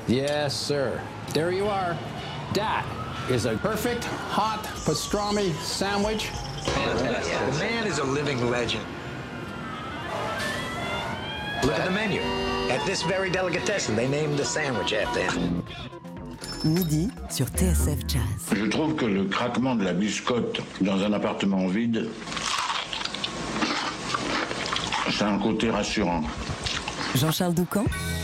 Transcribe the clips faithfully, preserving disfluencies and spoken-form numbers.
Yes, sir. There you are. That is a perfect hot pastrami sandwich. Fantastic. The man is a living legend. Look at the menu. At this very delicatessen, they named the sandwich after him. Midi sur T S F Jazz. Je trouve que le craquement de la biscotte dans un appartement vide, ça a un côté rassurant. Jean-Charles Doucan,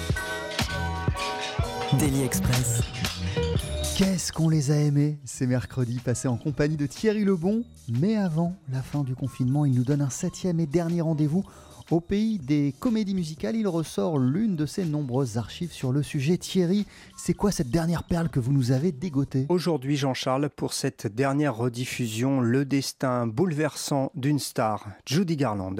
Daily Express. Qu'est-ce qu'on les a aimés, ces mercredis passés en compagnie de Thierry Lebon. Mais avant la fin du confinement, il nous donne un septième et dernier rendez-vous. Au pays des comédies musicales, il ressort l'une de ses nombreuses archives sur le sujet. Thierry, c'est quoi cette dernière perle que vous nous avez dégotée ? Aujourd'hui, Jean-Charles, pour cette dernière rediffusion, le destin bouleversant d'une star, Judy Garland.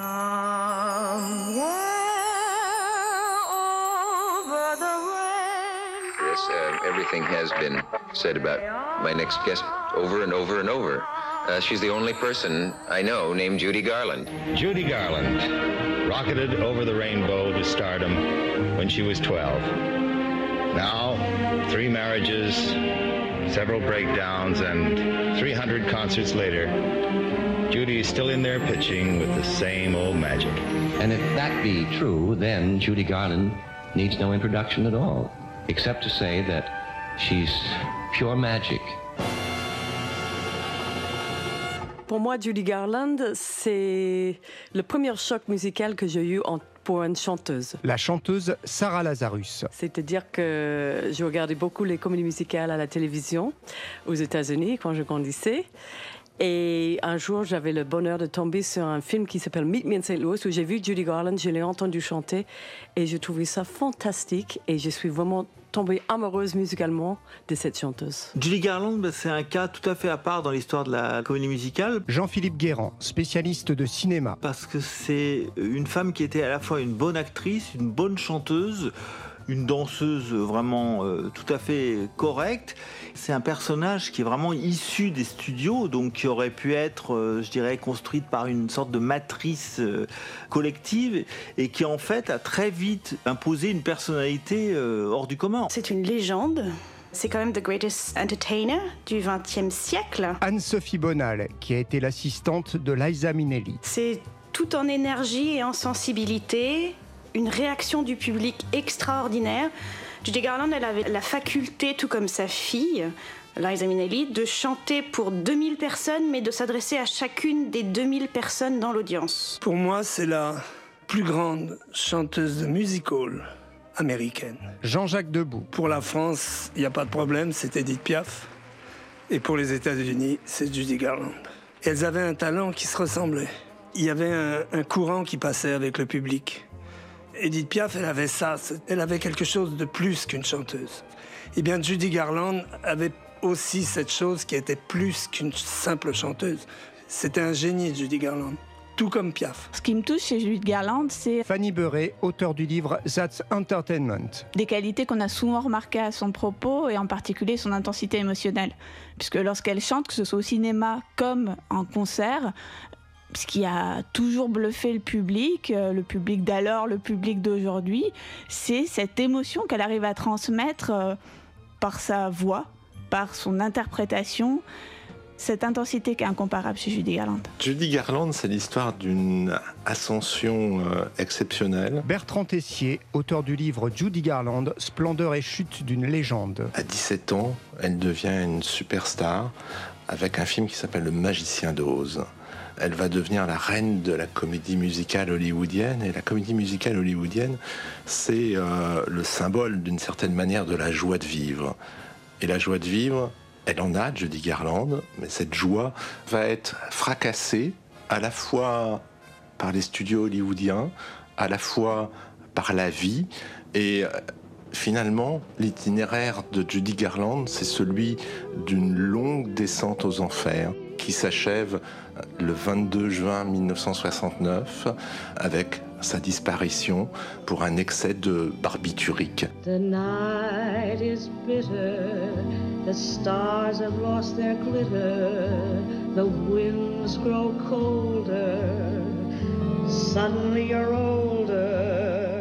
Yes, uh, everything has been said about my next guest over and over and over. Uh, she's the only person I know named Judy Garland. Judy Garland rocketed over the rainbow to stardom when she was twelve. Now, three marriages, several breakdowns, and three hundred concerts later, Judy is still in there pitching with the same old magic. And if that be true, then Judy Garland needs no introduction at all, except to say that she's pure magic. Pour moi, Judy Garland, c'est le premier choc musical que j'ai eu en, pour une chanteuse. La chanteuse Sarah Lazarus. C'est-à-dire que je regardais beaucoup les comédies musicales à la télévision aux États-Unis quand je grandissais. Et un jour, j'avais le bonheur de tomber sur un film qui s'appelle Meet Me in Saint Louis, où j'ai vu Judy Garland, je l'ai entendu chanter et j'ai trouvé ça fantastique et je suis vraiment tombée amoureuse musicalement de cette chanteuse. Judy Garland, bah, c'est un cas tout à fait à part dans l'histoire de la comédie musicale. Jean-Philippe Guérand, spécialiste de cinéma. Parce que c'est une femme qui était à la fois une bonne actrice, une bonne chanteuse, une danseuse vraiment euh, tout à fait correcte. C'est un personnage qui est vraiment issu des studios, donc qui aurait pu être, euh, je dirais, construite par une sorte de matrice euh, collective et qui en fait a très vite imposé une personnalité euh, hors du commun. C'est une légende. C'est quand même the greatest entertainer du vingtième siècle. Anne-Sophie Bonal, qui a été l'assistante de Liza Minnelli. C'est tout en énergie et en sensibilité, une réaction du public extraordinaire. Judy Garland, elle avait la faculté, tout comme sa fille, Liza Minnelli, de chanter pour deux mille personnes, mais de s'adresser à chacune des deux mille personnes dans l'audience. Pour moi, c'est la plus grande chanteuse de musical américaine. Jean-Jacques Debout. Pour la France, il n'y a pas de problème, c'est Edith Piaf. Et pour les États-Unis, c'est Judy Garland. Elles avaient un talent qui se ressemblait. Il y avait un, un courant qui passait avec le public. Edith Piaf, elle avait ça, elle avait quelque chose de plus qu'une chanteuse. Eh bien, Judy Garland avait aussi cette chose qui était plus qu'une simple chanteuse. C'était un génie, Judy Garland, tout comme Piaf. Ce qui me touche chez Judy Garland, c'est Fanny Beuret, auteure du livre That's Entertainment. Des qualités qu'on a souvent remarquées à son propos et en particulier son intensité émotionnelle. Puisque lorsqu'elle chante, que ce soit au cinéma comme en concert, ce qui a toujours bluffé le public, le public d'alors, le public d'aujourd'hui, c'est cette émotion qu'elle arrive à transmettre par sa voix, par son interprétation, cette intensité qui est incomparable chez Judy Garland. Judy Garland, c'est l'histoire d'une ascension euh, exceptionnelle. Bertrand Tessier, auteur du livre Judy Garland, Splendeur et chute d'une légende. À dix-sept ans, elle devient une superstar avec un film qui s'appelle Le Magicien d'Oz. Elle va devenir la reine de la comédie musicale hollywoodienne. Et la comédie musicale hollywoodienne, c'est euh, le symbole d'une certaine manière de la joie de vivre. Et la joie de vivre, elle en a, Judy Garland, mais cette joie va être fracassée à la fois par les studios hollywoodiens, à la fois par la vie. Et euh, finalement, l'itinéraire de Judy Garland, c'est celui d'une longue descente aux enfers qui s'achève le vingt-deux juin mille neuf cent soixante-neuf avec sa disparition pour un excès de barbiturique. The night is bitter, the stars have lost their glitter, the winds grow colder, suddenly you're older.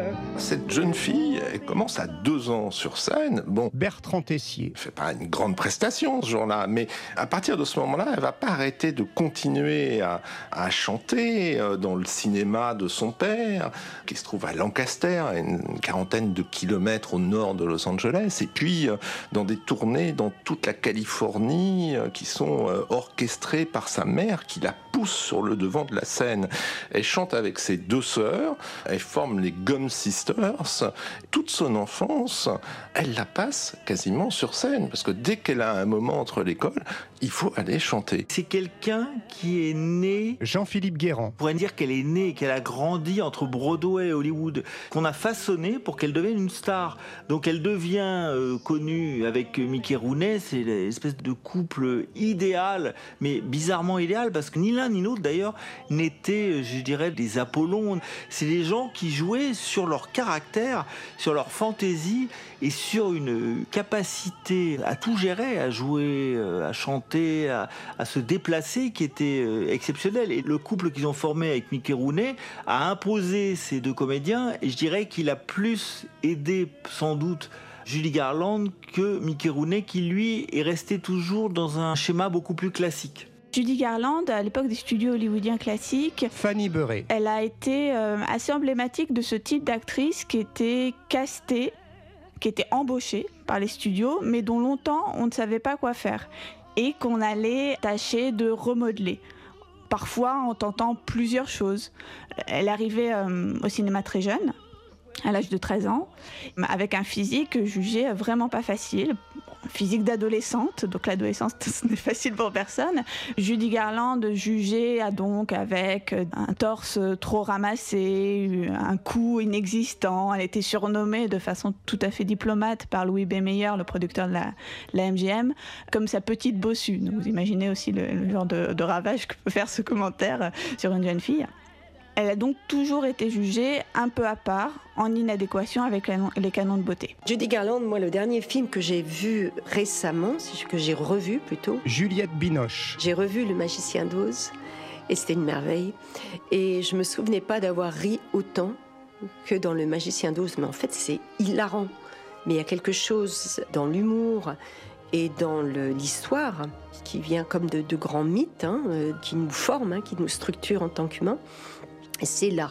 cette jeune fille, elle commence à deux ans sur scène. Bon, Bertrand Tessier fait pas une grande prestation ce jour-là, mais à partir de ce moment-là, elle va pas arrêter de continuer à, à chanter dans le cinéma de son père, qui se trouve à Lancaster, à une quarantaine de kilomètres au nord de Los Angeles, et puis dans des tournées dans toute la Californie qui sont orchestrées par sa mère, qui la pousse sur le devant de la scène. Elle chante avec ses deux sœurs, elle forme les Gum Sisters. Toute son enfance, elle la passe quasiment sur scène, parce que dès qu'elle a un moment entre l'école, il faut aller chanter. C'est quelqu'un qui est né... Jean-Philippe Guérand. On pourrait dire qu'elle est née, qu'elle a grandi entre Broadway et Hollywood, qu'on a façonné pour qu'elle devienne une star. Donc elle devient euh, connue avec Mickey Rooney, c'est l'espèce de couple idéal, mais bizarrement idéal, parce que ni l'un ni l'autre d'ailleurs n'étaient, je dirais, des Apollons. C'est des gens qui jouaient sur leur caractère, sur leur fantaisie et sur une capacité à tout gérer, à jouer, à chanter, à, à se déplacer qui était exceptionnelle. Et le couple qu'ils ont formé avec Mickey Rooney a imposé ces deux comédiens, et je dirais qu'il a plus aidé sans doute Judy Garland que Mickey Rooney, qui lui est resté toujours dans un schéma beaucoup plus classique. Judy Garland, à l'époque des studios hollywoodiens classiques, Fanny Beuret. Elle a été euh, assez emblématique de ce type d'actrice qui était castée, qui était embauchée par les studios, mais dont longtemps on ne savait pas quoi faire et qu'on allait tâcher de remodeler. Parfois en tentant plusieurs choses. Elle arrivait euh, au cinéma très jeune, à l'âge de treize ans, avec un physique jugé vraiment pas facile. Physique d'adolescente, donc l'adolescence ce n'est facile pour personne. Judy Garland jugée donc avec un torse trop ramassé, un cou inexistant. Elle était surnommée de façon tout à fait diplomate par Louis B. Mayer, le producteur de la, la M G M, comme sa petite bossue. Donc vous imaginez aussi le, le genre de, de ravage que peut faire ce commentaire sur une jeune fille. Elle a donc toujours été jugée un peu à part, en inadéquation avec les canons de beauté. Judy Garland, moi, le dernier film que j'ai vu récemment, que j'ai revu plutôt... Juliette Binoche. J'ai revu Le Magicien d'Oz, et c'était une merveille. Et je me souvenais pas d'avoir ri autant que dans Le Magicien d'Oz, mais en fait, c'est hilarant. Mais il y a quelque chose dans l'humour et dans le, l'histoire qui vient comme de, de grands mythes, hein, euh, qui nous forment, hein, qui nous structurent en tant qu'humains. Et c'est là.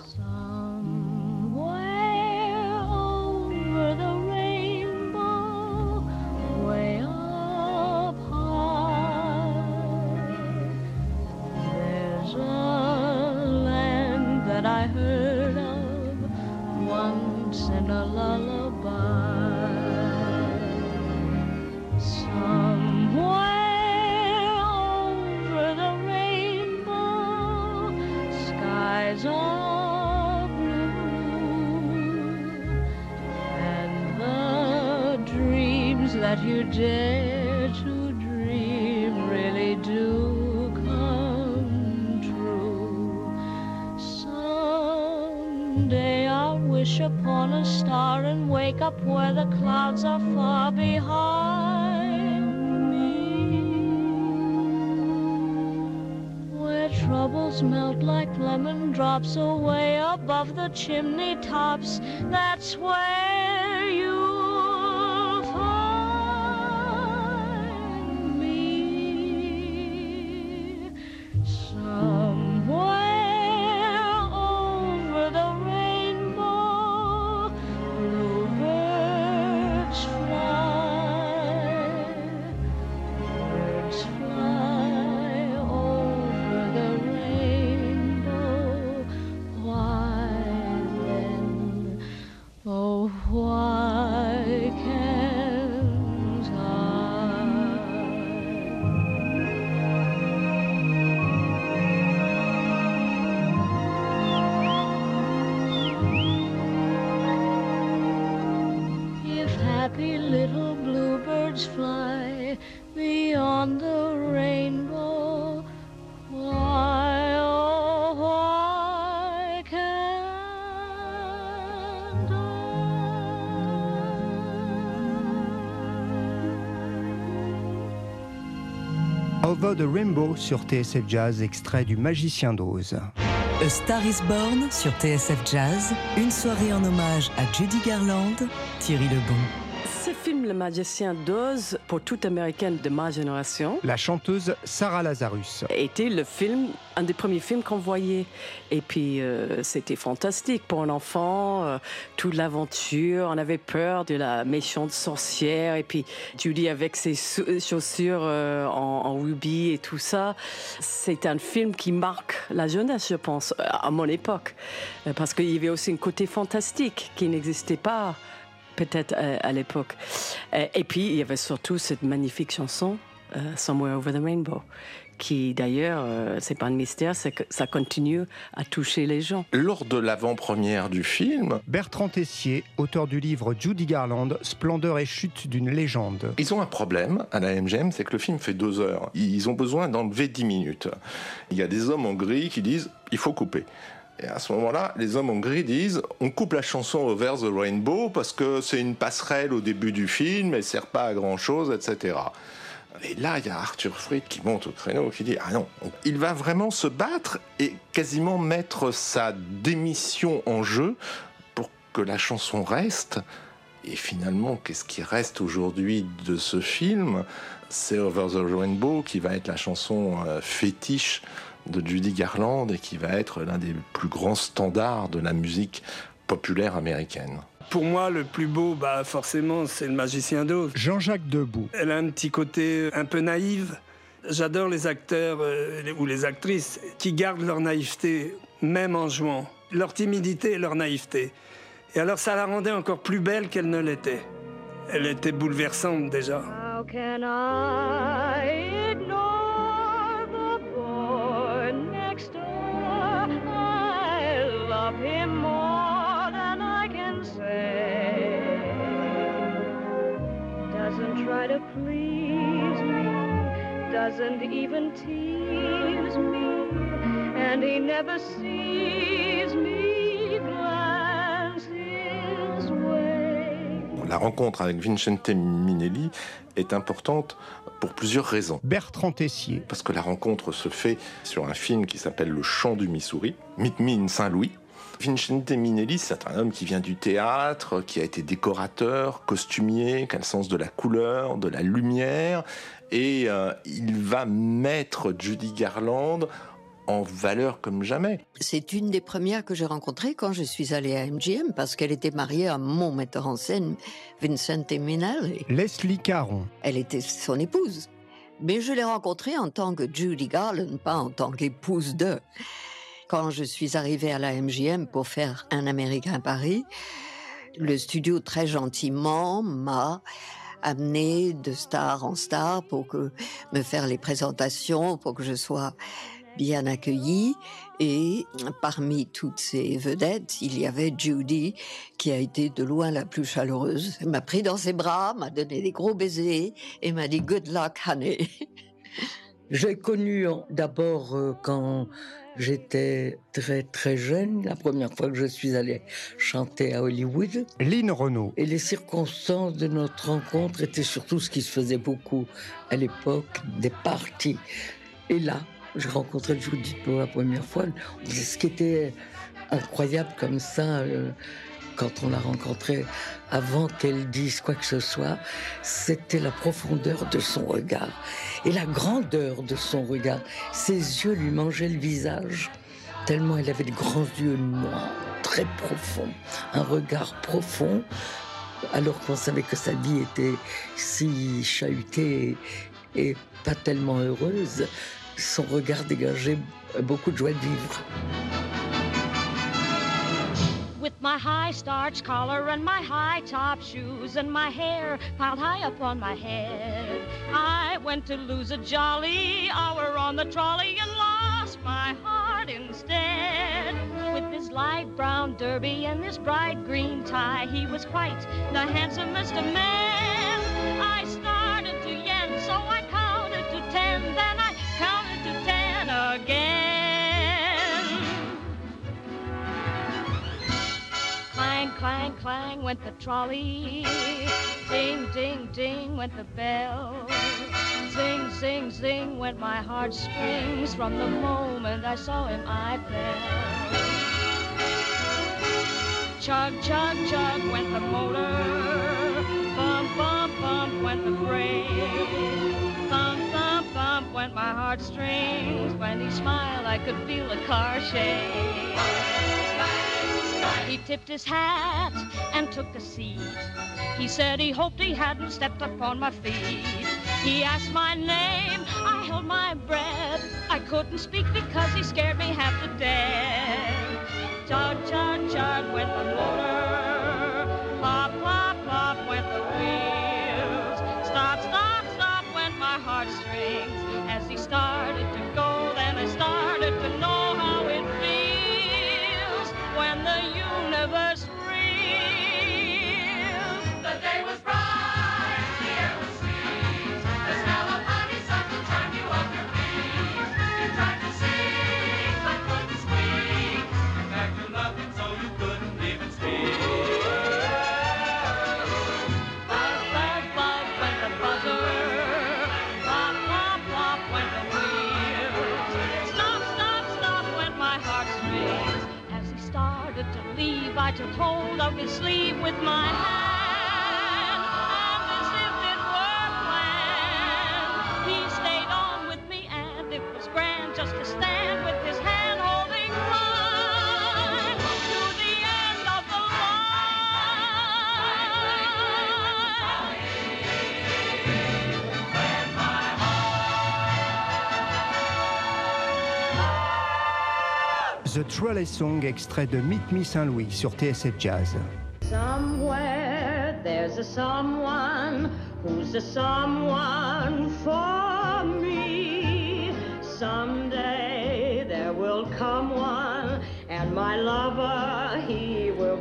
That you dare to dream really do come true. Someday I'll wish upon a star and wake up where the clouds are far behind me, where troubles melt like lemon drops away above the chimney tops. That's where you fly beyond the rainbow. Why, oh, why can't I? Over the Rainbow sur T S F Jazz, extrait du Magicien d'Oz. A Star is Born sur T S F Jazz, une soirée en hommage à Judy Garland, Thierry Lebon. Ce film, Le Magicien d'Oz, pour toute américaine de ma génération, la chanteuse Sarah Lazarus, était le film, un des premiers films qu'on voyait. Et puis, euh, c'était fantastique pour un enfant, euh, toute l'aventure. On avait peur de la méchante sorcière. Et puis, Judy avec ses chaussures euh, en, en rubis et tout ça. C'est un film qui marque la jeunesse, je pense, à mon époque. Parce qu'il y avait aussi un côté fantastique qui n'existait pas peut-être à, à l'époque. Et puis, il y avait surtout cette magnifique chanson, uh, Somewhere Over the Rainbow, qui d'ailleurs, euh, c'est pas un mystère, c'est que ça continue à toucher les gens. Lors de l'avant-première du film, Bertrand Tessier, auteur du livre Judy Garland, Splendeur et chute d'une légende. Ils ont un problème à la M G M, c'est que le film fait deux heures. Ils ont besoin d'enlever dix minutes. Il y a des hommes en gris qui disent « il faut couper ». Et à ce moment-là, les hommes en gris disent « on coupe la chanson Over the Rainbow parce que c'est une passerelle au début du film, elle ne sert pas à grand-chose, et cetera » Et là, il y a Arthur Freed qui monte au créneau, qui dit « ah non, il va vraiment se battre et quasiment mettre sa démission en jeu pour que la chanson reste ». Et finalement, qu'est-ce qui reste aujourd'hui de ce film ? C'est Over the Rainbow qui va être la chanson fétiche de Judy Garland et qui va être l'un des plus grands standards de la musique populaire américaine. Pour moi, le plus beau, bah, forcément, c'est Le Magicien d'Oz. Jean-Jacques Debout. Elle a un petit côté un peu naïf. J'adore les acteurs euh, ou les actrices qui gardent leur naïveté, même en jouant. Leur timidité et leur naïveté. Et alors, ça la rendait encore plus belle qu'elle ne l'était. Elle était bouleversante, déjà. How can I ignore the boy next door? I love him more than I can say. Doesn't try to please me, doesn't even tease me, and he never sees me glance his way. La rencontre avec Vincente Minnelli est importante pour plusieurs raisons. Bertrand Tessier. Parce que la rencontre se fait sur un film qui s'appelle Le Chant du Missouri, Meet Me in Saint-Louis. Vincente Minnelli, c'est un homme qui vient du théâtre, qui a été décorateur, costumier, qui a le sens de la couleur, de la lumière, et euh, il va mettre Judy Garland en valeur comme jamais. C'est une des premières que j'ai rencontrées quand je suis allée à M G M, parce qu'elle était mariée à mon metteur en scène, Vincente Minnelli. Leslie Caron. Elle était son épouse. Mais je l'ai rencontrée en tant que Judy Garland, pas en tant qu'épouse de. Quand je suis arrivée à la M G M pour faire Un Américain à Paris, le studio très gentiment m'a amenée de star en star pour que, me faire les présentations, pour que je sois bien accueillie. Et parmi toutes ces vedettes, il y avait Judy, qui a été de loin la plus chaleureuse. Elle m'a pris dans ses bras, m'a donné des gros baisers et m'a dit « Good luck, honey ». J'ai connu d'abord euh, quand j'étais très très jeune, la première fois que je suis allée chanter à Hollywood. Lynn Renaud. Et les circonstances de notre rencontre étaient surtout ce qui se faisait beaucoup à l'époque, des parties. Et là, j'ai rencontré Judy pour la première fois. Ce qui était incroyable comme ça, euh, quand on l'a rencontrée, avant qu'elle dise quoi que ce soit, c'était la profondeur de son regard et la grandeur de son regard. Ses yeux lui mangeaient le visage, tellement elle avait de grands yeux noirs, très profonds, un regard profond, alors qu'on savait que sa vie était si chahutée et, et pas tellement heureuse. Son regard dégageait beaucoup de joie de vivre. With my high starch collar and my high top shoes and my hair piled high up on my head, I went to lose a jolly hour on the trolley and lost my heart instead. With this light brown derby and this bright green tie, he was quite the handsomest of men. I started to yen, so I counted to ten, then I counted to ten again. Clang, clang, clang went the trolley. Ding, ding, ding went the bell. Zing, zing, zing went my heartstrings. From the moment I saw him, I fell. Chug, chug, chug went the motor. Bump, bump, bump went the brake. Thump, thump, thump went my heartstrings. When he smiled, I could feel the car shake. He tipped his hat and took a seat. He said he hoped he hadn't stepped upon my feet. He asked my name, I held my breath. I couldn't speak because he scared me half to death. Chug, chug, chug went the motor. Plop, plop, plop went the wheels. Stop, stop, stop went my heartstrings. As he started to go, then I started to know how it feels when the universe reels. The day was bright, the air was sweet. The smell of honeysuckle charmed you off your feet. You tried to sing, but couldn't squeak. In fact, you loved him so you couldn't even speak. Buzz, buzz, buzz went the buzzer. Plop, plop, plop went the wheels. Stop, stop, stop went my heartstrings. As he started to leave, I took hold of his sleeve with my hand, and as if it were planned, he stayed on with me, and it was grand just to stand with his hand holding mine to the end of the The Trolley Song, extrait de Meet Me Saint-Louis sur T S F Jazz. Somewhere there's a someone who's a someone for me. Someday there will come one, and my lover he will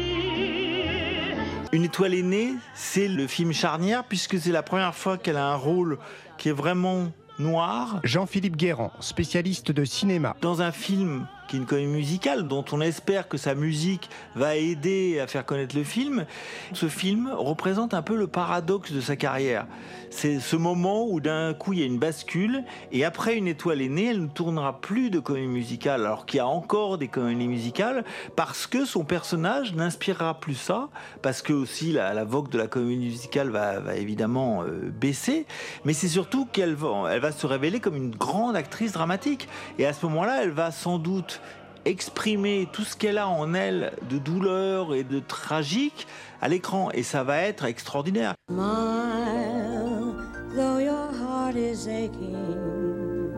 be. Une étoile est née, c'est le film charnière puisque c'est la première fois qu'elle a un rôle qui est vraiment noir. Jean-Philippe Guérand, spécialiste de cinéma. Dans un film qui est une comédie musicale, dont on espère que sa musique va aider à faire connaître le film, ce film représente un peu le paradoxe de sa carrière. C'est ce moment où d'un coup il y a une bascule, et après Une étoile est née, elle ne tournera plus de comédie musicale, alors qu'il y a encore des comédies musicales, parce que son personnage n'inspirera plus ça, parce que aussi la, la vogue de la comédie musicale va, va évidemment euh, baisser, mais c'est surtout qu'elle va, elle va se révéler comme une grande actrice dramatique, et à ce moment-là, elle va sans doute exprimer tout ce qu'elle a en elle de douleur et de tragique à l'écran, et ça va être extraordinaire. Smile, though your heart is aching.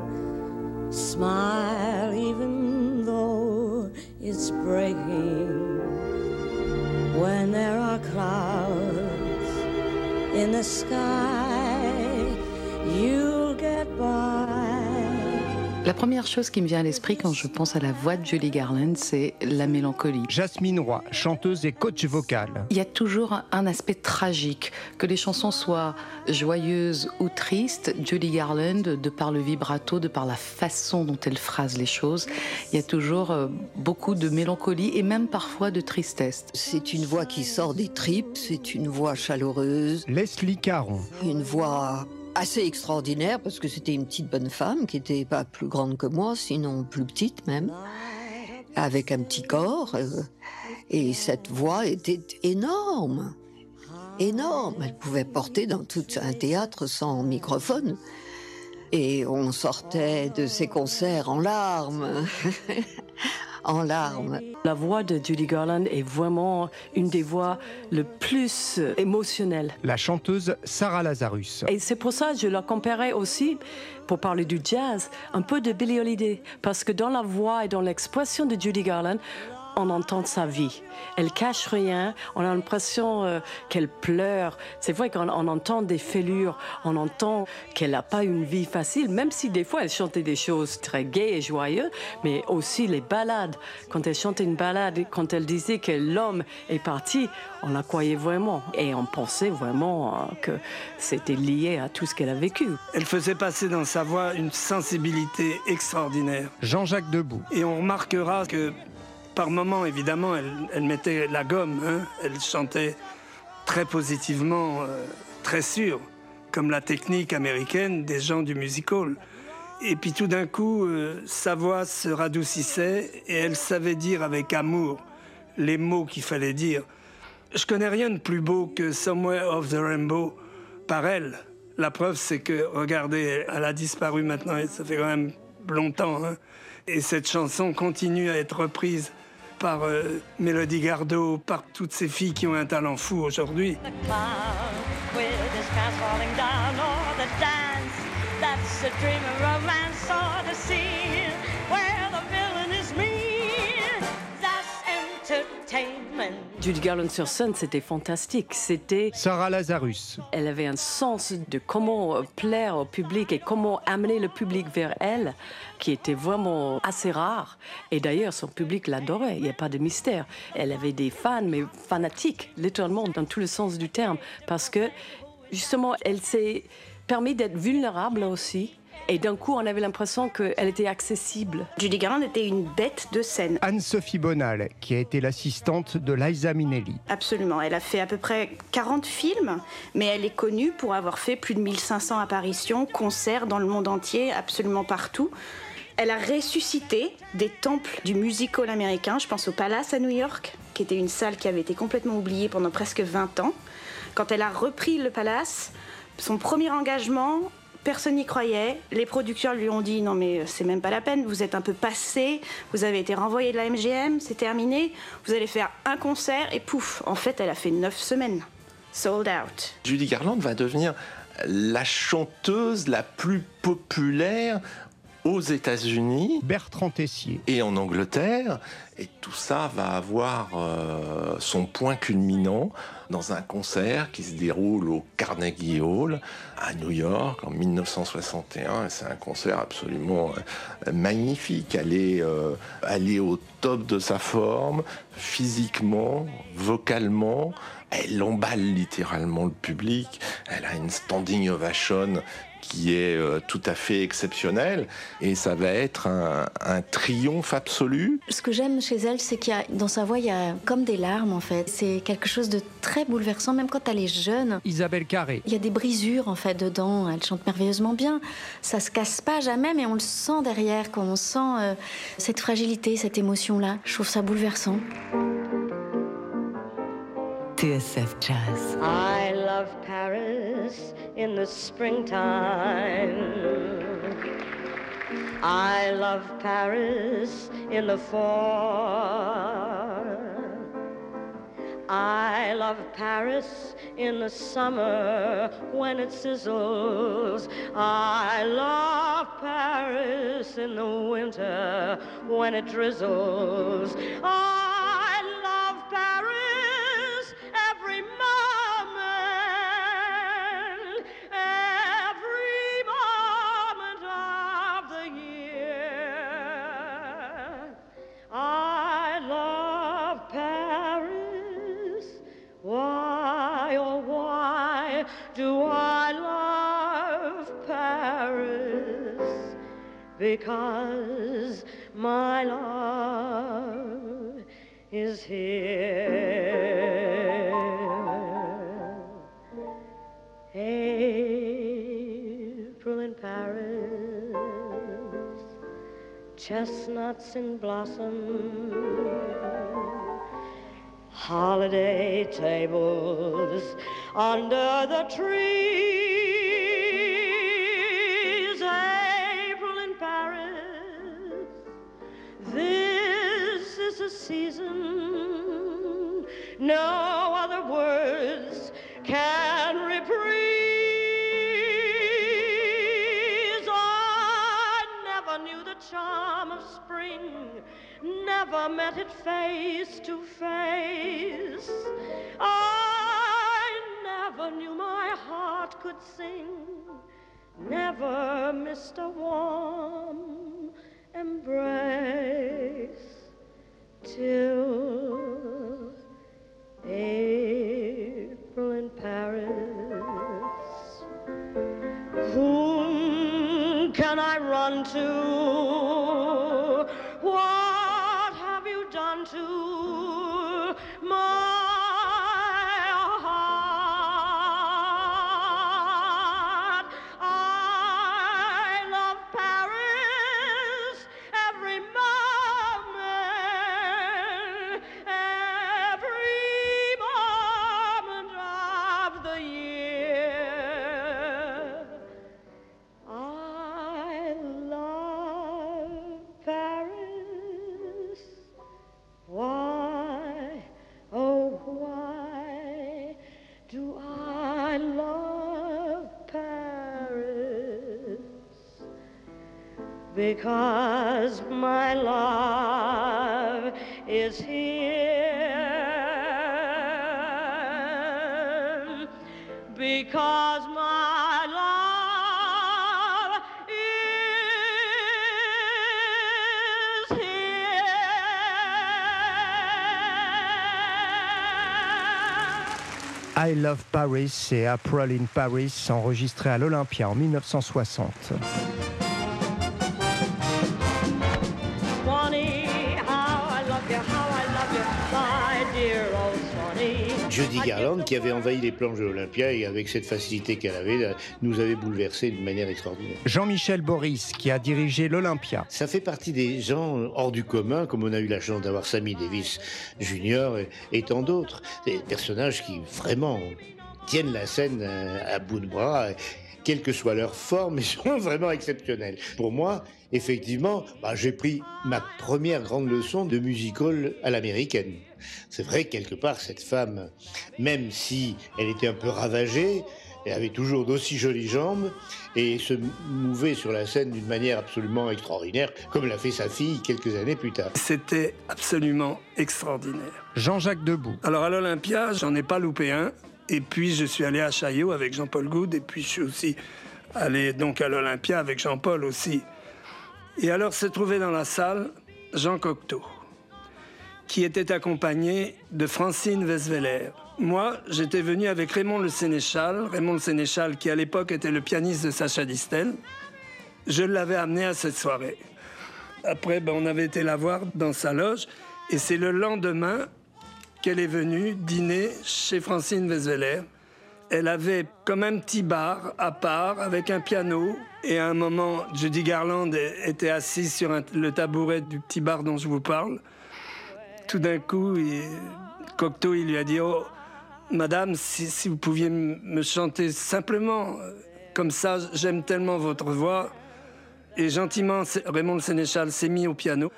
Smile, even though it's breaking. When there are clouds in the sky, you'll get by. La première chose qui me vient à l'esprit quand je pense à la voix de Judy Garland, c'est la mélancolie. Jasmine Roy, chanteuse et coach vocal. Il y a toujours un aspect tragique, que les chansons soient joyeuses ou tristes. Judy Garland, de par le vibrato, de par la façon dont elle phrase les choses, il y a toujours beaucoup de mélancolie et même parfois de tristesse. C'est une voix qui sort des tripes, c'est une voix chaleureuse. Leslie Caron. Une voix assez extraordinaire, parce que c'était une petite bonne femme qui n'était pas plus grande que moi, sinon plus petite même, avec un petit corps, euh, et cette voix était énorme, énorme. Elle pouvait porter dans tout un théâtre sans microphone, et on sortait de ces concerts en larmes. En larmes. La voix de Judy Garland est vraiment une des voix les plus émotionnelles. La chanteuse Sarah Lazarus. Et c'est pour ça que je la comparais aussi, pour parler du jazz, un peu de Billie Holiday. Parce que dans la voix et dans l'expression de Judy Garland, on entend sa vie. Elle cache rien, on a l'impression euh, qu'elle pleure. C'est vrai qu'on on entend des fêlures, on entend qu'elle n'a pas une vie facile, même si des fois elle chantait des choses très gaies et joyeuses, mais aussi les ballades. Quand elle chantait une ballade, quand elle disait que l'homme est parti, on la croyait vraiment. Et on pensait vraiment euh, que c'était lié à tout ce qu'elle a vécu. Elle faisait passer dans sa voix une sensibilité extraordinaire. Jean-Jacques Debout. Et on remarquera que par moments, évidemment, elle, elle mettait la gomme. Hein. Elle chantait très positivement, euh, très sûr, comme la technique américaine des gens du music hall. Et puis tout d'un coup, euh, sa voix se radoucissait et elle savait dire avec amour les mots qu'il fallait dire. Je connais rien de plus beau que Somewhere of the Rainbow par elle. La preuve, c'est que, regardez, elle a disparu maintenant, et ça fait quand même longtemps. Hein. Et cette chanson continue à être reprise par euh, Mélodie Gardot, par toutes ces filles qui ont un talent fou aujourd'hui. That's a dream of romance or the scene where the villain is mean. That's entertainment. Judy Garland sur scène, c'était fantastique. C'était Sarah Lazarus. Elle avait un sens de comment plaire au public et comment amener le public vers elle, qui était vraiment assez rare. Et d'ailleurs, son public l'adorait. Il n'y a pas de mystère. Elle avait des fans, mais fanatiques, littéralement, dans tout le sens du terme, parce que justement, elle s'est permis d'être vulnérable aussi. Et d'un coup, on avait l'impression qu'elle était accessible. Judy Garland était une bête de scène. Anne-Sophie Bonal, qui a été l'assistante de Liza Minnelli. Absolument. Elle a fait à peu près quarante films, mais elle est connue pour avoir fait plus de mille cinq cents apparitions, concerts dans le monde entier, absolument partout. Elle a ressuscité des temples du music hall américain. Je pense au Palace à New York, qui était une salle qui avait été complètement oubliée pendant presque vingt ans. Quand elle a repris le Palace, son premier engagement, personne n'y croyait. Les producteurs lui ont dit « Non mais c'est même pas la peine, vous êtes un peu passé, vous avez été renvoyé de la M G M, c'est terminé, vous allez faire un concert » et pouf, en fait elle a fait neuf semaines. Sold out. Judy Garland va devenir la chanteuse la plus populaire aux États-Unis, Bertrand Tessier, et en Angleterre, et tout ça va avoir euh, son point culminant dans un concert qui se déroule au Carnegie Hall à New York en mille neuf cent soixante et un. Et c'est un concert absolument euh, magnifique. Elle est, euh, elle est au top de sa forme, physiquement, vocalement. Elle emballe littéralement le public. Elle a une standing ovation qui est euh, tout à fait exceptionnelle, et ça va être un, un triomphe absolu. Ce que j'aime chez elle, c'est qu'il y a, dans sa voix, il y a comme des larmes en fait. C'est quelque chose de très bouleversant, même quand elle est jeune. Isabelle Carré. Il y a des brisures en fait dedans, elle chante merveilleusement bien. Ça se casse pas jamais, mais on le sent derrière, quand on sent euh, cette fragilité, cette émotion-là. Je trouve ça bouleversant. T S F Jazz. I love Paris in the springtime. I love Paris in the fall. I love Paris in the summer when it sizzles. I love Paris in the winter when it drizzles. I love Paris every moment, every moment of the year. I love Paris. Why, oh why do I love Paris? Because my love is here. April in Paris, chestnuts in blossom, holiday tables under the trees. April in Paris, this is a season no other words can reprise. I never knew the charm of spring, never met it face to face. I never knew my heart could sing, never missed a warm embrace till April in Paris. Whom can I run to? What have you done to Because my love is here. Because my love is here. I Love Paris et April in Paris, enregistré à l'Olympia en mille neuf cent soixante. Judy Garland, qui avait envahi les planches de l'Olympia et avec cette facilité qu'elle avait, nous avait bouleversés d'une manière extraordinaire. Jean-Michel Boris, qui a dirigé l'Olympia. Ça fait partie des gens hors du commun, comme on a eu la chance d'avoir Sammy Davis Junior et, et tant d'autres. Des personnages qui vraiment tiennent la scène à, à bout de bras, quelle que soit leur forme, ils sont vraiment exceptionnels. Pour moi, effectivement, bah, j'ai pris ma première grande leçon de musical à l'américaine. C'est vrai que quelque part, cette femme, même si elle était un peu ravagée, elle avait toujours d'aussi jolies jambes et se mouvait sur la scène d'une manière absolument extraordinaire, comme l'a fait sa fille quelques années plus tard. C'était absolument extraordinaire. Jean-Jacques Debout. Alors à l'Olympia, j'en ai pas loupé un. Et puis je suis allé à Chaillot avec Jean-Paul Goude. Et puis je suis aussi allé donc à l'Olympia avec Jean-Paul aussi. Et alors se trouvait dans la salle Jean Cocteau, qui était accompagné de Francine Vesveler. Moi, j'étais venu avec Raymond Le Sénéchal, Raymond Le Sénéchal qui à l'époque était le pianiste de Sacha Distel. Je l'avais amené à cette soirée. Après, ben, on avait été la voir dans sa loge et c'est le lendemain qu'elle est venue dîner chez Francine Vesveler. Elle avait comme un petit bar à part avec un piano. Et à un moment, Judy Garland était assise sur un, le tabouret du petit bar dont je vous parle. Tout d'un coup, il, Cocteau, il lui a dit « Oh, madame, si, si vous pouviez me chanter simplement, comme ça, j'aime tellement votre voix. » Et gentiment, Raymond Le Sénéchal s'est mis au piano.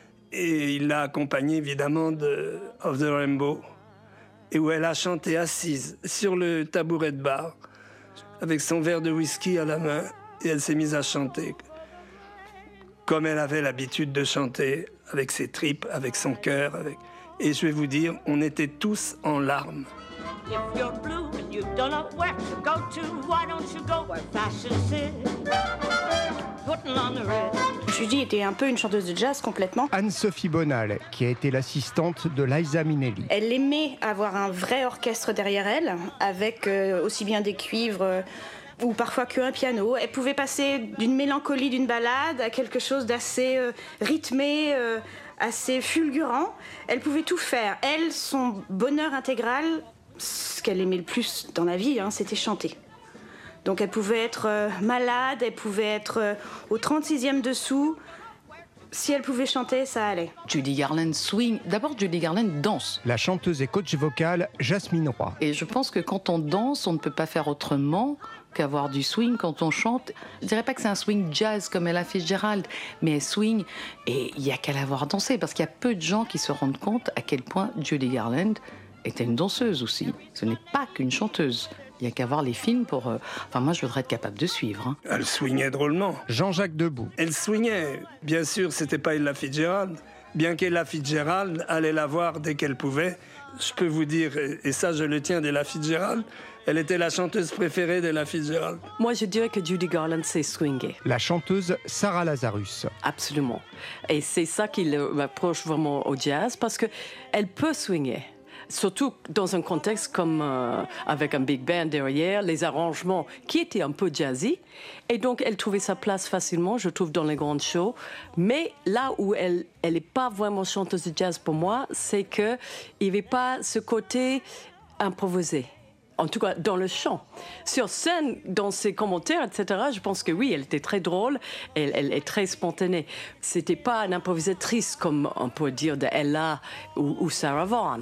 Et il l'a accompagnée, évidemment, de Of the Rainbow. Et où elle a chanté assise sur le tabouret de bar, avec son verre de whisky à la main. Et elle s'est mise à chanter, comme elle avait l'habitude de chanter, avec ses tripes, avec son cœur. Avec... Et je vais vous dire, on était tous en larmes. If you're blue and you don't know where to go to, why don't you go where fashion sits? Putting on the red. Judy était un peu une chanteuse de jazz complètement. Anne-Sophie Bonal, qui a été l'assistante de Liza Minnelli. Elle aimait avoir un vrai orchestre derrière elle, avec euh, aussi bien des cuivres euh, ou parfois qu'un piano. Elle pouvait passer d'une mélancolie d'une ballade à quelque chose d'assez euh, rythmé, euh, assez fulgurant. Elle pouvait tout faire. Elle, son bonheur intégral, ce qu'elle aimait le plus dans la vie, hein, c'était chanter. Donc elle pouvait être euh, malade, elle pouvait être euh, au trente-sixième dessous. Si elle pouvait chanter, ça allait. Judy Garland swing. D'abord, Judy Garland danse. La chanteuse et coach vocale Jasmine Roy. Et je pense que quand on danse, on ne peut pas faire autrement qu'avoir du swing quand on chante. Je dirais pas que c'est un swing jazz comme Ella Fitzgerald, mais elle swing et il y a qu'à l'avoir dansé parce qu'il y a peu de gens qui se rendent compte à quel point Judy Garland était une danseuse aussi. Ce n'est pas qu'une chanteuse. Il n'y a qu'à voir les films pour... Euh... Enfin, moi, je voudrais être capable de suivre. Hein. Elle swingait drôlement. Jean-Jacques Debout. Elle swingait. Bien sûr, c'était pas Ella Fitzgerald. Bien qu'Ella Fitzgerald allait la voir dès qu'elle pouvait. Je peux vous dire, et ça, je le tiens d'Ella Fitzgerald, elle était la chanteuse préférée d'Ella Fitzgerald. Moi, je dirais que Judy Garland s'est swingée. La chanteuse Sarah Lazarus. Absolument. Et c'est ça qui m'approche vraiment au jazz, parce qu'elle peut swinger. Surtout dans un contexte comme euh, avec un big band derrière, les arrangements qui étaient un peu jazzy. Et donc, elle trouvait sa place facilement, je trouve, dans les grandes shows. Mais là où elle elle n'est pas vraiment chanteuse de jazz pour moi, c'est qu'il n'y avait pas ce côté improvisé. En tout cas, dans le chant. Sur scène, dans ses commentaires, et cetera, je pense que oui, elle était très drôle, elle, elle est très spontanée. C'était pas une improvisatrice, comme on peut dire de Ella ou, ou Sarah Vaughan.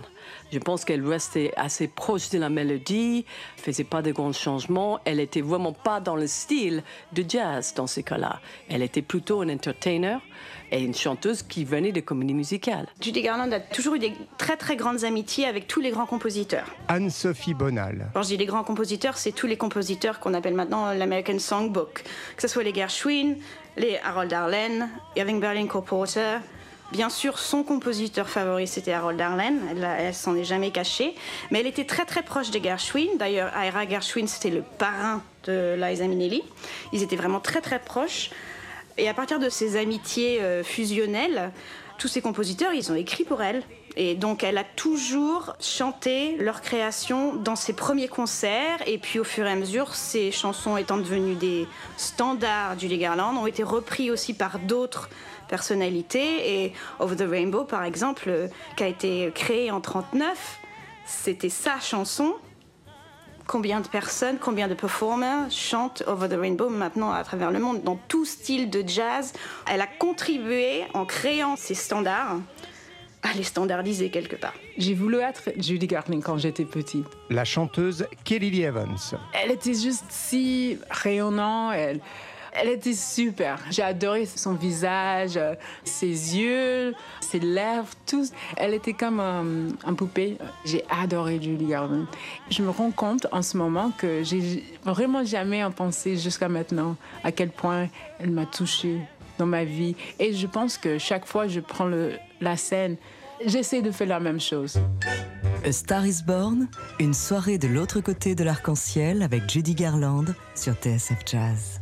Je pense qu'elle restait assez proche de la mélodie, faisait pas de grands changements. Elle était vraiment pas dans le style de jazz dans ces cas-là. Elle était plutôt une entertainer et une chanteuse qui venait de comédie musicale. Judy Garland a toujours eu des très très grandes amitiés avec tous les grands compositeurs. Anne-Sophie Bonal. Quand je dis les grands compositeurs, c'est tous les compositeurs qu'on appelle maintenant l'American Songbook. Que ce soit les Gershwin, les Harold Arlen, Irving Berlin, Cole Porter. Bien sûr, son compositeur favori, c'était Harold Arlen. Elle, elle s'en est jamais cachée. Mais elle était très très proche des Gershwin. D'ailleurs, Ira Gershwin, c'était le parrain de Liza Minnelli. Ils étaient vraiment très très proches. Et à partir de ces amitiés euh, fusionnelles, tous ces compositeurs, ils ont écrit pour elle. Et donc, elle a toujours chanté leurs créations dans ses premiers concerts. Et puis, au fur et à mesure, ces chansons étant devenues des standards Judy Garland, ont été repris aussi par d'autres personnalités. Et Over the Rainbow, par exemple, euh, qui a été créé en trente-neuf, c'était sa chanson. Combien de personnes, combien de performers chantent Over the Rainbow maintenant à travers le monde, dans tout style de jazz. Elle a contribué, en créant ces standards, à les standardiser quelque part. J'ai voulu être Judy Garland quand j'étais petite. La chanteuse Kelly Lee Evans. Elle était juste si rayonnante. Elle... Elle était super. J'ai adoré son visage, ses yeux, ses lèvres, tout. Elle était comme un, un poupée. J'ai adoré Judy Garland. Je me rends compte en ce moment que j'ai vraiment jamais pensé jusqu'à maintenant à quel point elle m'a touchée dans ma vie. Et je pense que chaque fois que je prends le, la scène, j'essaie de faire la même chose. A Star is Born, une soirée de l'autre côté de l'arc-en-ciel avec Judy Garland sur T S F Jazz.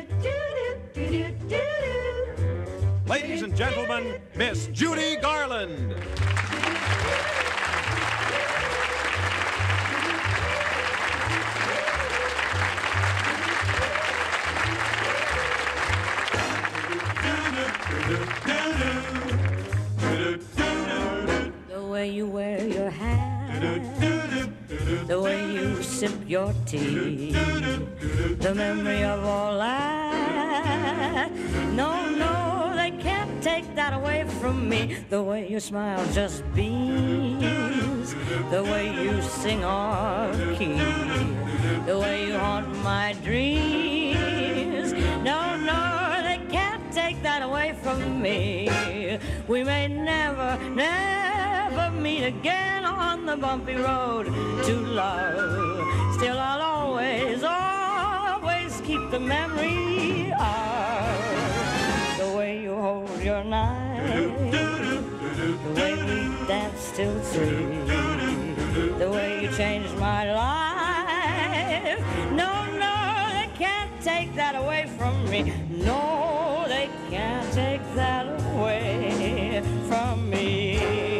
Ladies and gentlemen, Miss Judy Garland. The way you wear your hat, the way you sip your tea, the memory of all that. No, no, they can't take that away from me. The way you smile just beams, the way you sing off key, the way you haunt my dreams. No, no, they can't take that away from me. We may never, never meet again on the bumpy road to love. Still I'll always, always keep the memory of the way you hold your knife, the way we dance till three, the way you changed my life. No, no, they can't take that away from me. No, they can't take that away from me.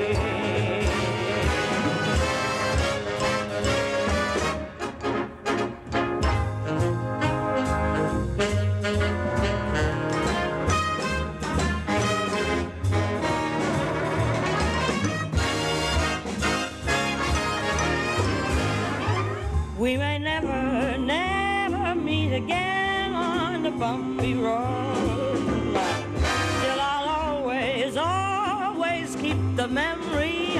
We may never, never meet again on the bumpy road. Still I'll always, always keep the memory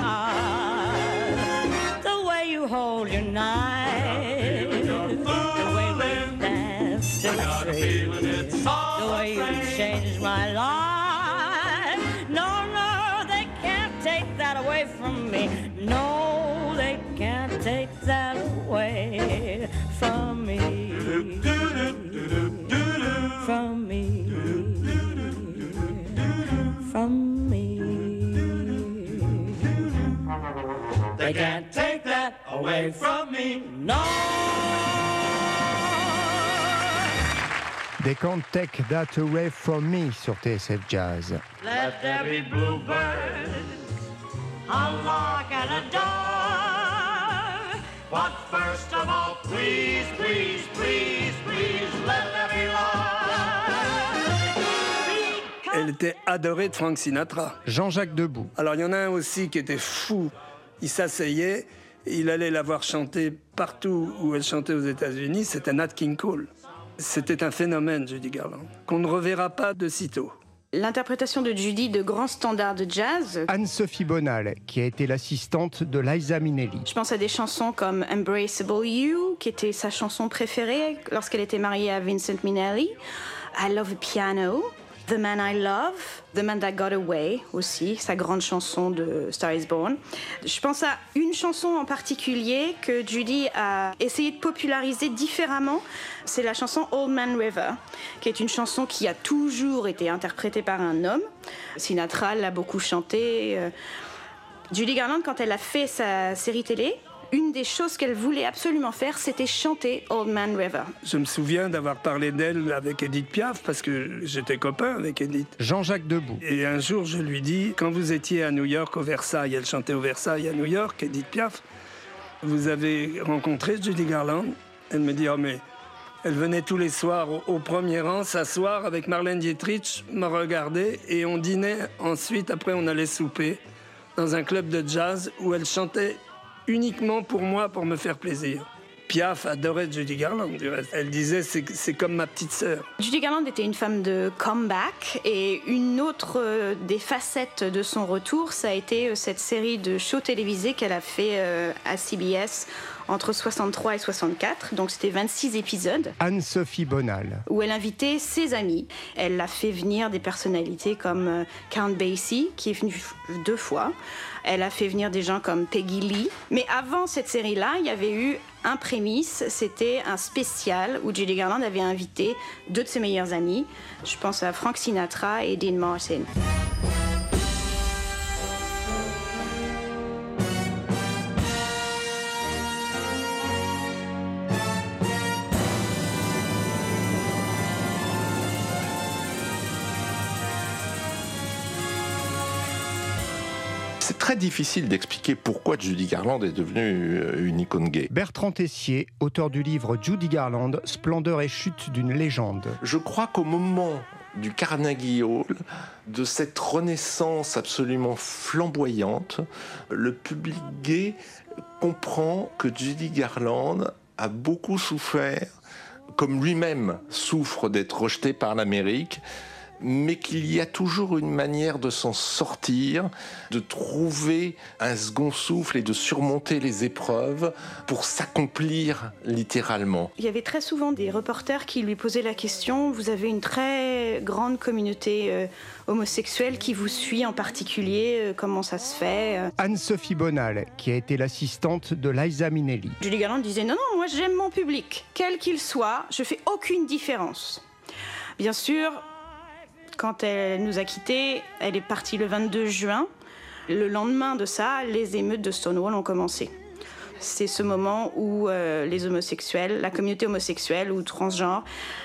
of the way you hold your knife, the way we dance to the street, the way you changed my life. No, no, they can't take that away from me. No, they can't take that away from me. From me. From me. They can't take that away from me. No. They can't take that away from me sur T S F Jazz. Let there be bluebirds, a lark and a dove. But first of all, please, please, please, please, let there be love. Elle était adorée de Frank Sinatra. Jean-Jacques Debout. Alors il y en a un aussi qui était fou. Il s'asseyait, il allait la voir chanter partout où elle chantait aux États-Unis. C'était Nat King Cole. C'était un phénomène, Judy Garland, qu'on ne reverra pas de sitôt. L'interprétation de Judy de grands standards de jazz. Anne-Sophie Bonal, qui a été l'assistante de Liza Minnelli. Je pense à des chansons comme Embraceable You, qui était sa chanson préférée lorsqu'elle était mariée à Vincent Minnelli. I Love a Piano. The Man I Love, The Man That Got Away aussi, sa grande chanson de Star Is Born. Je pense à une chanson en particulier que Judy a essayé de populariser différemment. C'est la chanson Old Man River, qui est une chanson qui a toujours été interprétée par un homme. Sinatra l'a beaucoup chantée. Judy Garland, quand elle a fait sa série télé, une des choses qu'elle voulait absolument faire, c'était chanter Old Man River. Je me souviens d'avoir parlé d'elle avec Edith Piaf, parce que j'étais copain avec Edith. Jean-Jacques Debout. Et un jour, je lui dis, quand vous étiez à New York, au Versailles, elle chantait au Versailles à New York, Edith Piaf, vous avez rencontré Judy Garland? Elle me dit, oh mais... Elle venait tous les soirs au, au premier rang, s'asseoir avec Marlène Dietrich, me regarder, et on dînait ensuite, après on allait souper, dans un club de jazz où elle chantait uniquement pour moi, pour me faire plaisir. Piaf adorait Judy Garland, du reste. Elle disait, c'est, c'est comme ma petite sœur. Judy Garland était une femme de comeback, et une autre euh, des facettes de son retour, ça a été euh, cette série de shows télévisés qu'elle a fait euh, à C B S entre soixante-trois et soixante-quatre, donc c'était vingt-six épisodes. Anne-Sophie Bonal. Où elle invitait ses amis. Elle a fait venir des personnalités comme euh, Count Basie, qui est venu deux fois. Elle a fait venir des gens comme Peggy Lee. Mais avant cette série-là, il y avait eu un prémisse, c'était un spécial où Judy Garland avait invité deux de ses meilleurs amis. Je pense à Frank Sinatra et Dean Martin. C'est très difficile d'expliquer pourquoi Judy Garland est devenue une icône gay. Bertrand Tessier, auteur du livre Judy Garland, Splendeur et chute d'une légende. Je crois qu'au moment du Carnegie Hall, de cette renaissance absolument flamboyante, le public gay comprend que Judy Garland a beaucoup souffert, comme lui-même souffre d'être rejeté par l'Amérique, mais qu'il y a toujours une manière de s'en sortir, de trouver un second souffle et de surmonter les épreuves pour s'accomplir littéralement. Il y avait très souvent des reporters qui lui posaient la question, vous avez une très grande communauté euh, homosexuelle qui vous suit en particulier, euh, comment ça se fait euh... Anne-Sophie Bonal, qui a été l'assistante de Liza Minnelli. Judy Garland disait, non, non, moi j'aime mon public, quel qu'il soit, je fais aucune différence. Bien sûr, quand elle nous a quittés, elle est partie le vingt-deux juin. Le lendemain de ça, les émeutes de Stonewall ont commencé. C'est ce moment où euh, les homosexuels, la communauté homosexuelle ou transgenre,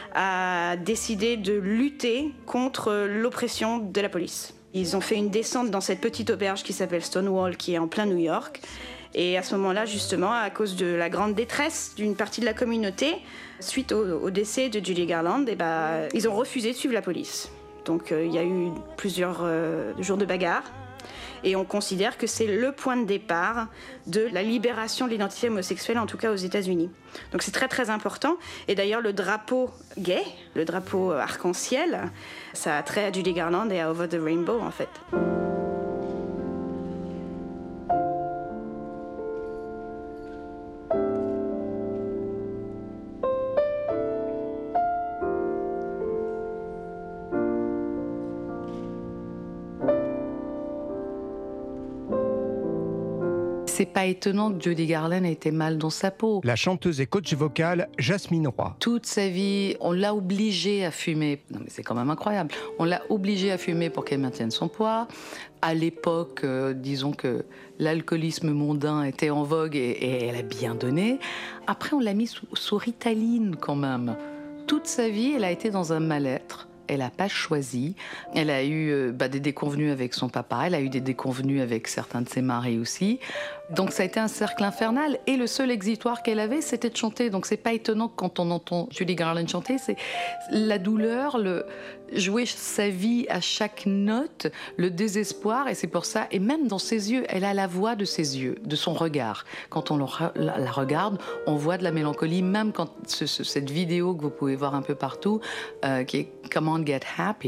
a décidé de lutter contre l'oppression de la police. Ils ont fait une descente dans cette petite auberge qui s'appelle Stonewall, qui est en plein New York. Et à ce moment-là, justement, à cause de la grande détresse d'une partie de la communauté, suite au, au décès de Judy Garland, eh ben, ils ont refusé de suivre la police. Donc euh, il y a eu plusieurs euh, jours de bagarre et on considère que c'est le point de départ de la libération de l'identité homosexuelle, en tout cas aux États-Unis. Donc c'est très très important. Et d'ailleurs le drapeau gay, le drapeau arc-en-ciel, ça a trait à Judy Garland et à Over the Rainbow en fait. C'est pas étonnant que Judy Garland ait été mal dans sa peau. La chanteuse et coach vocale Jasmine Roy. Toute sa vie, on l'a obligée à fumer. Non mais c'est quand même incroyable. On l'a obligée à fumer pour qu'elle maintienne son poids. À l'époque, euh, disons que l'alcoolisme mondain était en vogue et, et elle a bien donné. Après, on l'a mis sous, sous Ritaline quand même. Toute sa vie, elle a été dans un mal-être. Elle n'a pas choisi. Elle a eu euh, bah, des déconvenues avec son papa. Elle a eu des déconvenues avec certains de ses maris aussi. Donc ça a été un cercle infernal. Et le seul exitoire qu'elle avait, c'était de chanter. Donc c'est pas étonnant que quand on entend Judy Garland chanter, c'est la douleur, le jouer sa vie à chaque note, le désespoir. Et c'est pour ça, et même dans ses yeux, elle a la voix de ses yeux, de son regard. Quand on la regarde, on voit de la mélancolie. Même quand ce, ce, cette vidéo que vous pouvez voir un peu partout, euh, qui est Come on, get happy.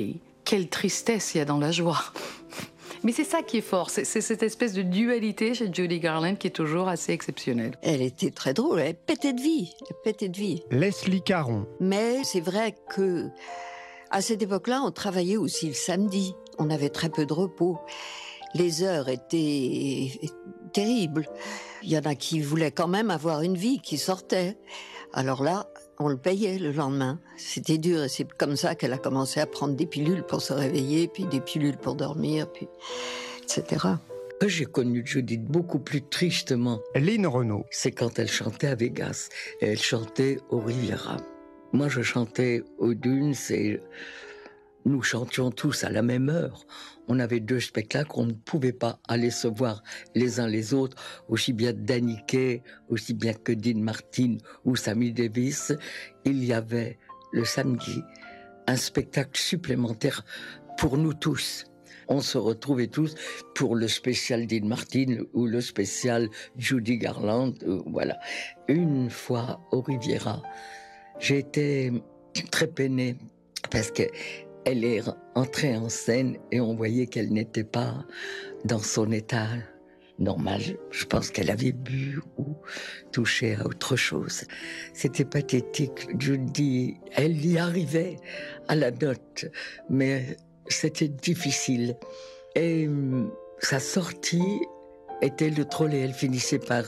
quelle tristesse il y a dans la joie. Mais c'est ça qui est fort, c'est, c'est cette espèce de dualité chez Judy Garland qui est toujours assez exceptionnelle. Elle était très drôle, elle pétait de vie, elle pétait de vie. Leslie Caron. Mais c'est vrai que à cette époque-là, on travaillait aussi le samedi. On avait très peu de repos. Les heures étaient terribles. Il y en a qui voulaient quand même avoir une vie, qui sortaient. Alors là, on le payait le lendemain. C'était dur et c'est comme ça qu'elle a commencé à prendre des pilules pour se réveiller, puis des pilules pour dormir, puis et cetera. J'ai connu Judith beaucoup plus tristement. Lynn Renaud. C'est quand elle chantait à Vegas. Et elle chantait au Riviera. Moi, je chantais aux Dunes et nous chantions tous à la même heure. On avait deux spectacles, on ne pouvait pas aller se voir les uns les autres, aussi bien Danny Kaye, aussi bien que Dean Martin ou Sammy Davis. Il y avait le samedi un spectacle supplémentaire pour nous tous. On se retrouvait tous pour le spécial Dean Martin ou le spécial Judy Garland. Voilà. Une fois au Riviera, j'ai été très peinée parce que elle est entrée en scène et on voyait qu'elle n'était pas dans son état normal. Je pense qu'elle avait bu ou touché à autre chose. C'était pathétique. Judy, elle y arrivait à la note, mais c'était difficile. Et sa sortie était le trolley. Elle finissait par...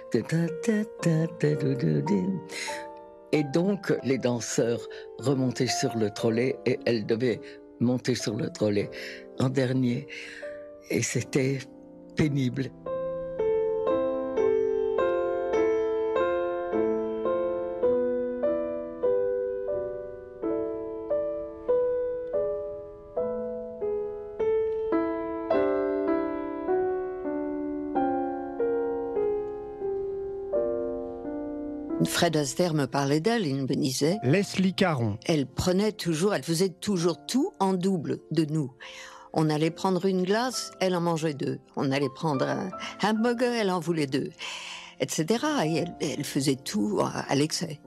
Et donc, les danseurs remontaient sur le trolley et elle devait monter sur le trolley en dernier. Et c'était pénible. Fred Astaire me parlait d'elle, il me disait... Leslie Caron. Elle prenait toujours, elle faisait toujours tout en double de nous. On allait prendre une glace, elle en mangeait deux. On allait prendre un hamburger, elle en voulait deux, et cetera. Et elle, elle faisait tout à l'excès.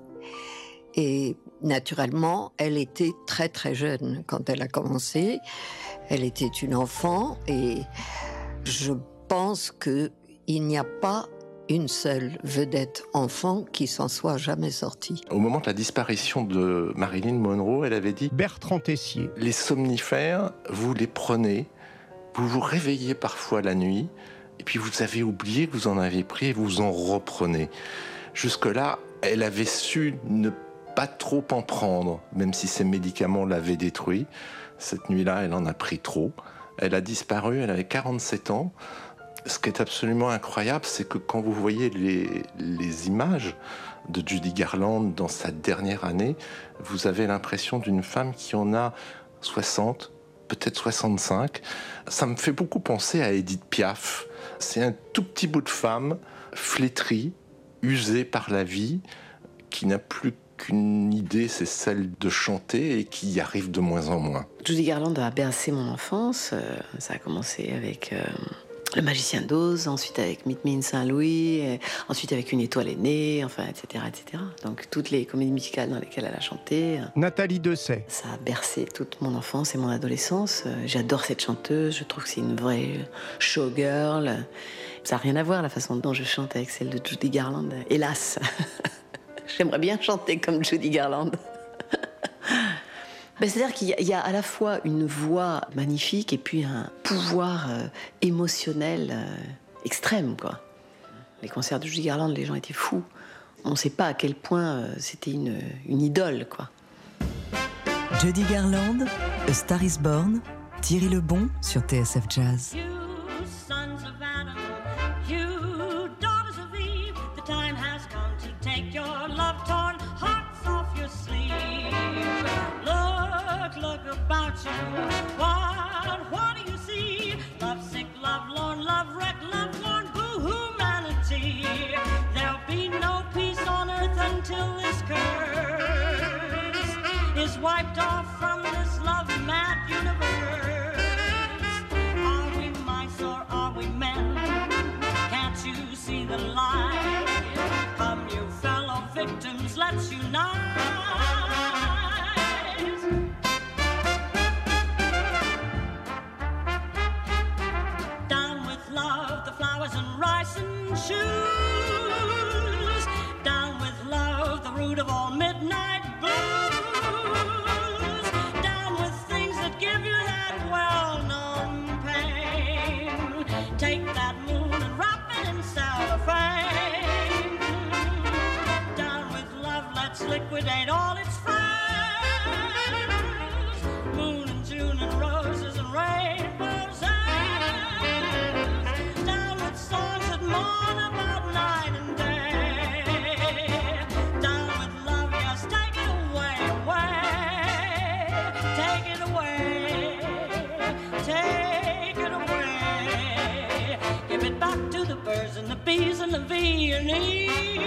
Et naturellement, elle était très très jeune quand elle a commencé. Elle était une enfant et je pense qu'il n'y a pas une seule vedette enfant qui s'en soit jamais sortie. Au moment de la disparition de Marilyn Monroe, elle avait dit... Bertrand Tessier. Les somnifères, vous les prenez, vous vous réveillez parfois la nuit, et puis vous avez oublié que vous en avez pris et vous en reprenez. Jusque-là, elle avait su ne pas trop en prendre, même si ses médicaments l'avaient détruit. Cette nuit-là, elle en a pris trop. Elle a disparu, elle avait quarante-sept ans. Ce qui est absolument incroyable, c'est que quand vous voyez les, les images de Judy Garland dans sa dernière année, vous avez l'impression d'une femme qui en a soixante, peut-être soixante-cinq. Ça me fait beaucoup penser à Edith Piaf. C'est un tout petit bout de femme, flétrie, usée par la vie, qui n'a plus qu'une idée, c'est celle de chanter et qui y arrive de moins en moins. Judy Garland a bercé mon enfance. Ça a commencé avec... Euh... Le Magicien d'Oz, ensuite avec Meet Me in Saint-Louis, et ensuite avec Une étoile est née, enfin, et cetera, et cetera. Donc toutes les comédies musicales dans lesquelles elle a chanté. Nathalie Dessay. Ça a bercé toute mon enfance et mon adolescence. J'adore cette chanteuse, je trouve que c'est une vraie showgirl. Ça n'a rien à voir la façon dont je chante avec celle de Judy Garland, hélas. J'aimerais bien chanter comme Judy Garland. Ben, c'est-à-dire qu'il y a, il y a à la fois une voix magnifique et puis un pouvoir euh, émotionnel euh, extrême, quoi. Les concerts de Judy Garland, les gens étaient fous. On ne sait pas à quel point euh, c'était une, une idole, quoi. Judy Garland, A Star is Born, Thierry Lebon sur T S F Jazz. About you, what, what do you see? Love sick, love lorn, love wrecked, love lorn, boo-humanity. There'll be no peace on earth until this curse is wiped off from this love-mad universe. Are we mice or are we men? Can't you see the light? Come, you fellow victims, let's unite. and shoes. Down with love, the root of all midnight blues. Down with things that give you that well-known pain. Take that moon and wrap it in cellophane. Down with love, let's liquidate all its friends. Moon and June and roses and rainbows. Down with songs that mourn about night and day. Down with love, yes, take it away, away. Take it away, take it away. Give it back to the birds and the bees and the Viennese.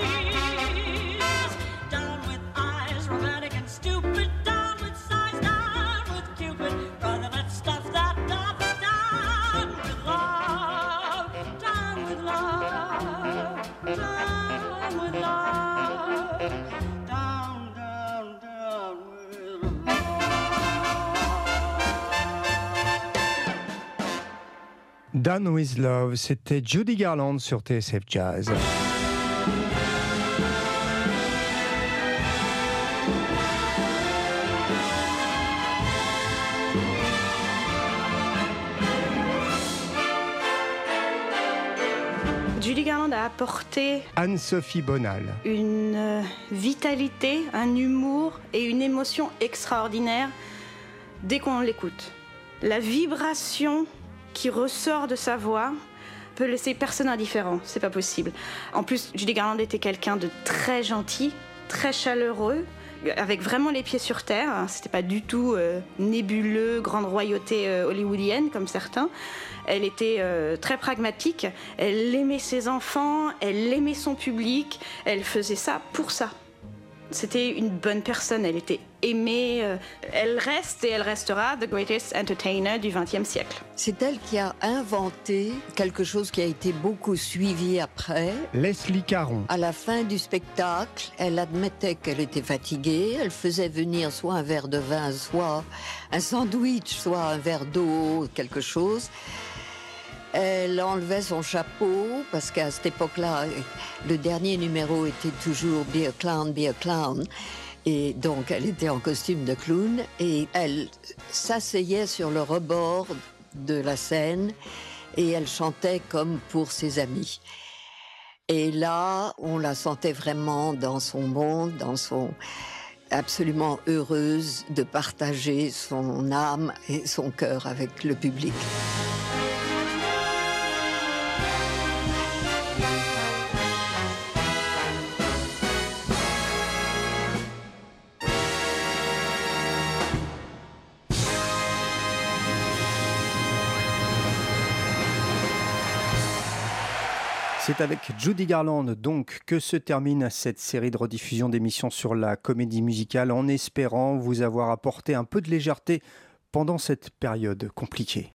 Down with eyes, romantic and stupid. Down with sighs, down with Cupid. Brother, let's stuff that up. Down with love, down with love, down with love. Down, down, down with Done with Love, c'était Judy Garland sur T S F Jazz. Judy Garland a apporté Anne-Sophie Bonal. une euh, vitalité, un humour et une émotion extraordinaire dès qu'on l'écoute. La vibration qui ressort de sa voix peut laisser personne indifférent, c'est pas possible. En plus, Judy Garland était quelqu'un de très gentil, très chaleureux, avec vraiment les pieds sur terre. C'était pas du tout euh, nébuleux, grande royauté euh, hollywoodienne comme certains. Elle était euh, très pragmatique, elle aimait ses enfants, elle aimait son public, elle faisait ça pour ça. C'était une bonne personne, elle était aimée, euh, elle reste et elle restera the greatest entertainer du vingtième siècle. C'est elle qui a inventé quelque chose qui a été beaucoup suivi après. Leslie Caron. À la fin du spectacle, elle admettait qu'elle était fatiguée, elle faisait venir soit un verre de vin, soit un sandwich, soit un verre d'eau, quelque chose. Elle enlevait son chapeau, parce qu'à cette époque-là, le dernier numéro était toujours Be a Clown, Be a Clown. Et donc, elle était en costume de clown et elle s'asseyait sur le rebord de la scène et elle chantait comme pour ses amis. Et là, on la sentait vraiment dans son monde, dans son... absolument heureuse de partager son âme et son cœur avec le public. C'est avec Judy Garland donc que se termine cette série de rediffusion d'émissions sur la comédie musicale, en espérant vous avoir apporté un peu de légèreté pendant cette période compliquée.